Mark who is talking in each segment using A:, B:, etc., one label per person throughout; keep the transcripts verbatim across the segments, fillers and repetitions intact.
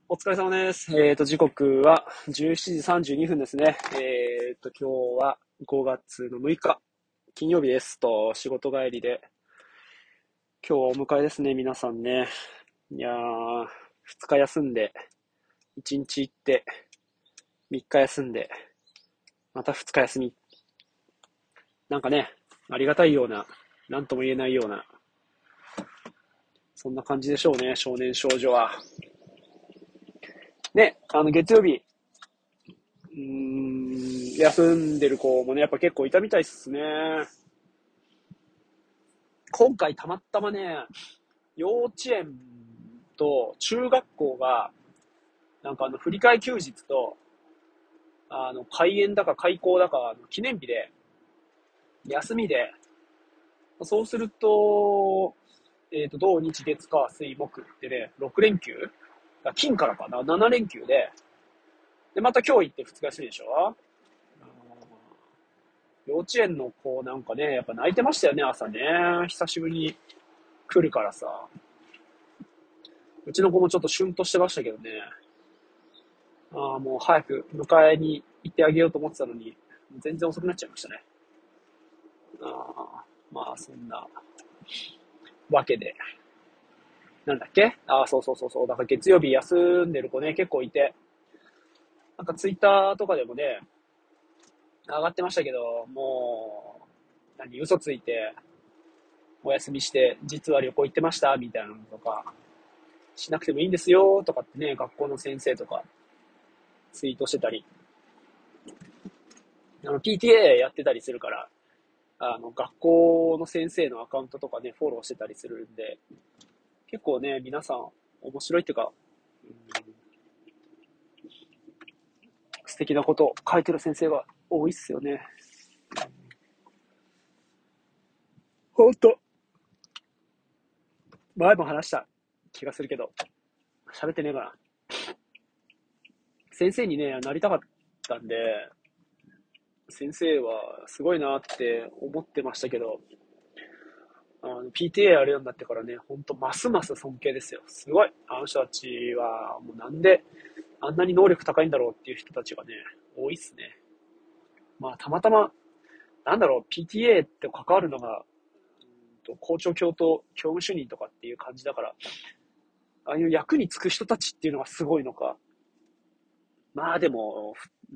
A: お疲れ様です。えっと、時刻はじゅうしちじさんじゅうにふんですね。えっと、今日はごがつのむいか、金曜日ですと、仕事帰りで、今日はお迎えですね、皆さんね。いやー、ふつか休んで、いちにち行って、みっか休んで、またふつか休み。なんかね、ありがたいような、なんとも言えないような、そんな感じでしょうね、少年少女は。ね、あの、月曜日、うーん、休んでる子もね、やっぱ結構いたみたいっすね。今回たまたまね、幼稚園と中学校が、なんかあの、振り替え休日と、あの、開園だか開校だかの記念日で、休みで、そうすると、えっと、土日月火水木ってね、ろくれんきゅう金からかな、ななれんきゅうで、で、また今日行ってふつか休みでしょ。幼稚園の子なんかね、やっぱ泣いてましたよね、朝ね。久しぶりに来るからさ。うちの子もちょっとシュンとしてましたけどね。ああ、もう早く迎えに行ってあげようと思ってたのに、全然遅くなっちゃいましたね。ああ、まあ、そんなわけで。なんだっけああ、そうそうそうそう。だから月曜日休んでる子ね、結構いて。なんかツイッターとかでもね、上がってましたけど、もう、何、嘘ついて、お休みして、実は旅行行ってました、みたいなのとか、しなくてもいいんですよ、とかってね、学校の先生とか、ツイートしてたり、あの、ピーティーエー やってたりするから、あの、学校の先生のアカウントとかね、フォローしてたりするんで、結構ね、皆さん面白いっていうか、うん、素敵なことを書いてる先生が多いっすよね。ほんと。前も話した気がするけど、喋ってねえかな。先生にね、なりたかったんで、先生はすごいなって思ってましたけど、あの ピーティーエー やるようになってからね、ほんとますます尊敬ですよ。すごい。あの人たちは、もうなんであんなに能力高いんだろうっていう人たちがね、多いっすね。まあ、たまたま、なんだろう、ピーティーエー って関わるのが、うんと校長教頭、教務主任とかっていう感じだから、ああいう役に就く人たちっていうのがすごいのか。まあでも、うん、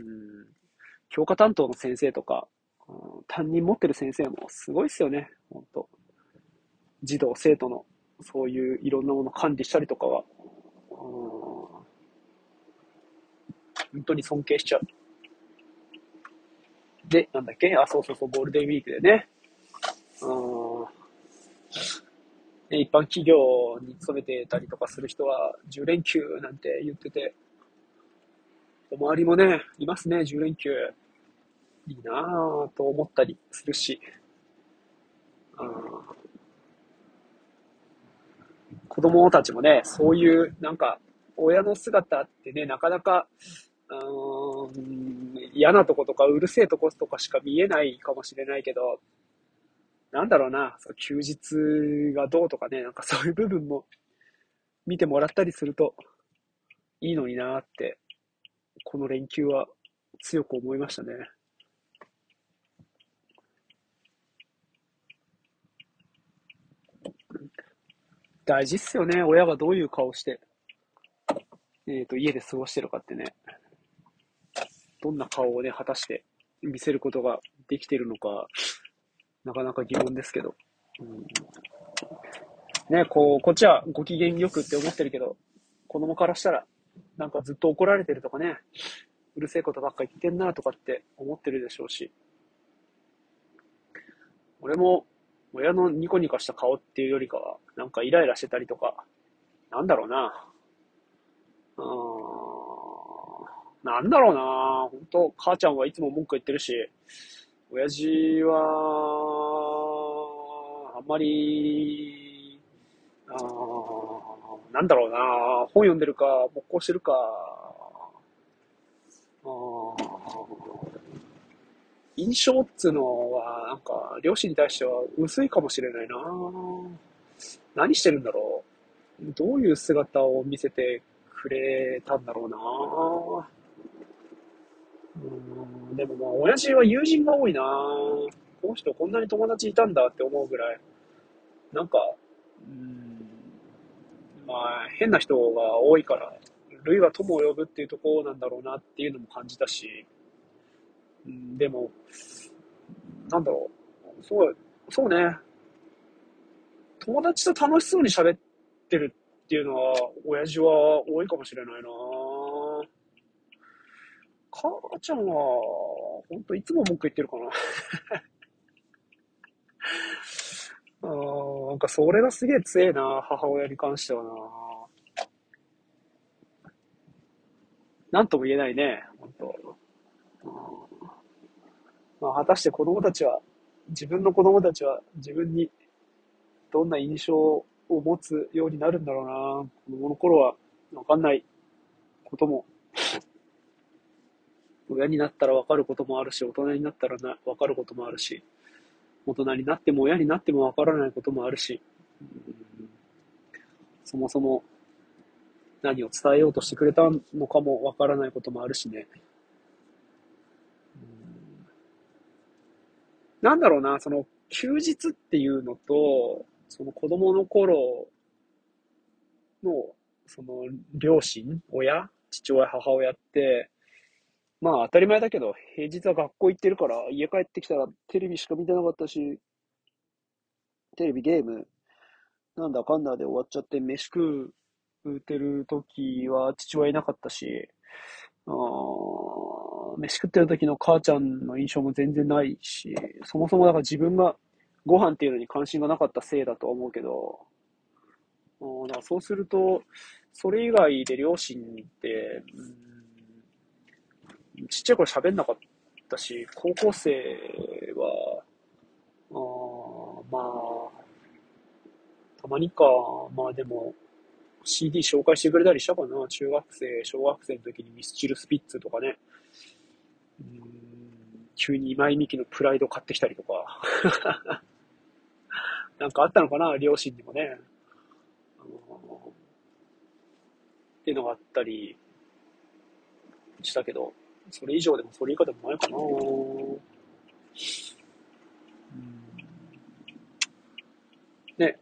A: 教科担当の先生とか、うん、担任持ってる先生もすごいっすよね、本当。児童、生徒の、そういういろんなものを管理したりとかは、うん、本当に尊敬しちゃう。で、なんだっけあ、そうそうそう、ゴールデンウィークでね。うん、一般企業に勤めてたりとかする人は、じゅうれんきゅうなんて言ってて、周りもね、いますね、じゅうれんきゅう。いいなぁと思ったりするし、うん、子供たちもね、そういう、なんか、親の姿ってね、なかなか、うーん、嫌なとことか、うるせえとことかしか見えないかもしれないけど、なんだろうな、その休日がどうとかね、なんかそういう部分も見てもらったりするといいのになーって、この連休は強く思いましたね。大事っすよね、親がどういう顔して、えっと、家で過ごしてるかってね、どんな顔をね、果たして見せることができてるのか、なかなか疑問ですけど。うん、ね、こう、こっちはご機嫌よくって思ってるけど、子供からしたら、なんかずっと怒られてるとかね、うるせえことばっか言ってんなとかって思ってるでしょうし、俺も親のニコニコした顔っていうよりかは、なんかイライラしてたりとか、なんだろうな。うーん、なんだろうな。本当母ちゃんはいつも文句言ってるし、親父は、あんまり、あーなんだろうな。本読んでるか、木工してるか、あー印象っつうのは、なんか、両親に対しては薄いかもしれないな。何してるんだろう。どういう姿を見せてくれたんだろうな。うん、でもまあ、親父は友人が多いな。この人こんなに友達いたんだって思うぐらい、なんか、うん、まあ、変な人が多いから、類は友を呼ぶっていうところなんだろうなっていうのも感じたし、うん、でも、なんだろう、そう、そうね、友達と楽しそうに喋ってるっていうのは、親父は多いかもしれないな。母ちゃんは、ほんといつも文句言ってるかな。あーなんかそれがすげえ強えな、母親に関してはな。なんとも言えないね、ほんと。まあ、果たして子供たちは、自分の子供たちは自分にどんな印象を持つようになるんだろうな。子供の頃はわかんないことも、親になったらわかることもあるし、大人になったらなわかることもあるし、大人になっても親になってもわからないこともあるし、そもそも何を伝えようとしてくれたのかもわからないこともあるしね。なんだろうな、その休日っていうのと、その子供の頃の、その両親、親、父親、母親って、まあ当たり前だけど、平日は学校行ってるから、家帰ってきたらテレビしか見てなかったし、テレビ、ゲーム、なんだかんだで終わっちゃって、飯食うてる時は父親いなかったし、あー飯食ってる時の母ちゃんの印象も全然ないし、そもそもだから自分がご飯っていうのに関心がなかったせいだと思うけど、うんだからそうすると、それ以外で両親って、うん、ちっちゃい頃喋んなかったし、高校生は、あーまあ、たまにか、まあでも、シーディー 紹介してくれたりしたかな。中学生、小学生の時にミスチルスピッツとかね。うん、急に今井美樹のプライド買ってきたりとか。なんかあったのかな、両親にもね。あのっていうのがあったりしたけど、それ以上でもそれ以下でもないかな。うんね、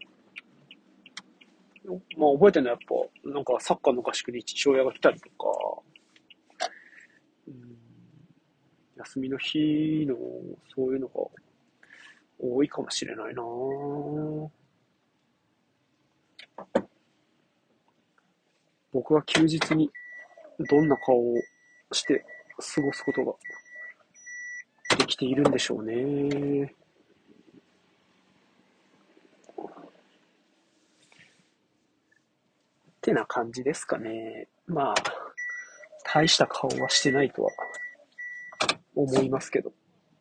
A: まあ覚えてるのはやっぱ、なんかサッカーの合宿に父親が来たりとか、うん、休みの日のそういうのが多いかもしれないな。僕は休日にどんな顔をして過ごすことができているんでしょうね。ってな感じですかね。まあ、大した顔はしてないとは思いますけど。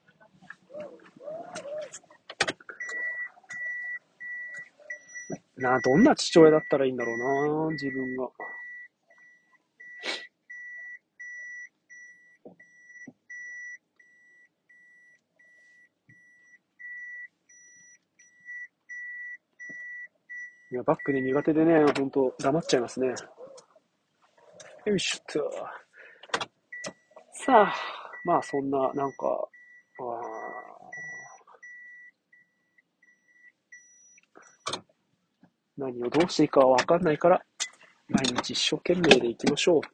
A: なあ、どんな父親だったらいいんだろうな、自分が。いや、バックで苦手でね、ほんと黙っちゃいますね。よいしょっと。さあ、まあそんな、なんか、あ何をどうしていいかはわかんないから、毎日一生懸命でいきましょう。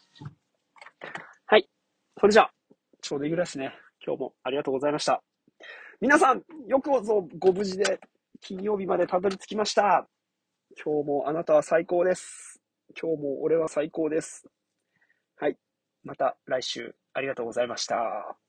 A: はい。それじゃあ、ちょうどいいぐらいですね。今日もありがとうございました。皆さん、よくぞご無事で金曜日までたどり着きました。今日もあなたは最高です。今日も俺は最高です。はい。また来週ありがとうございました。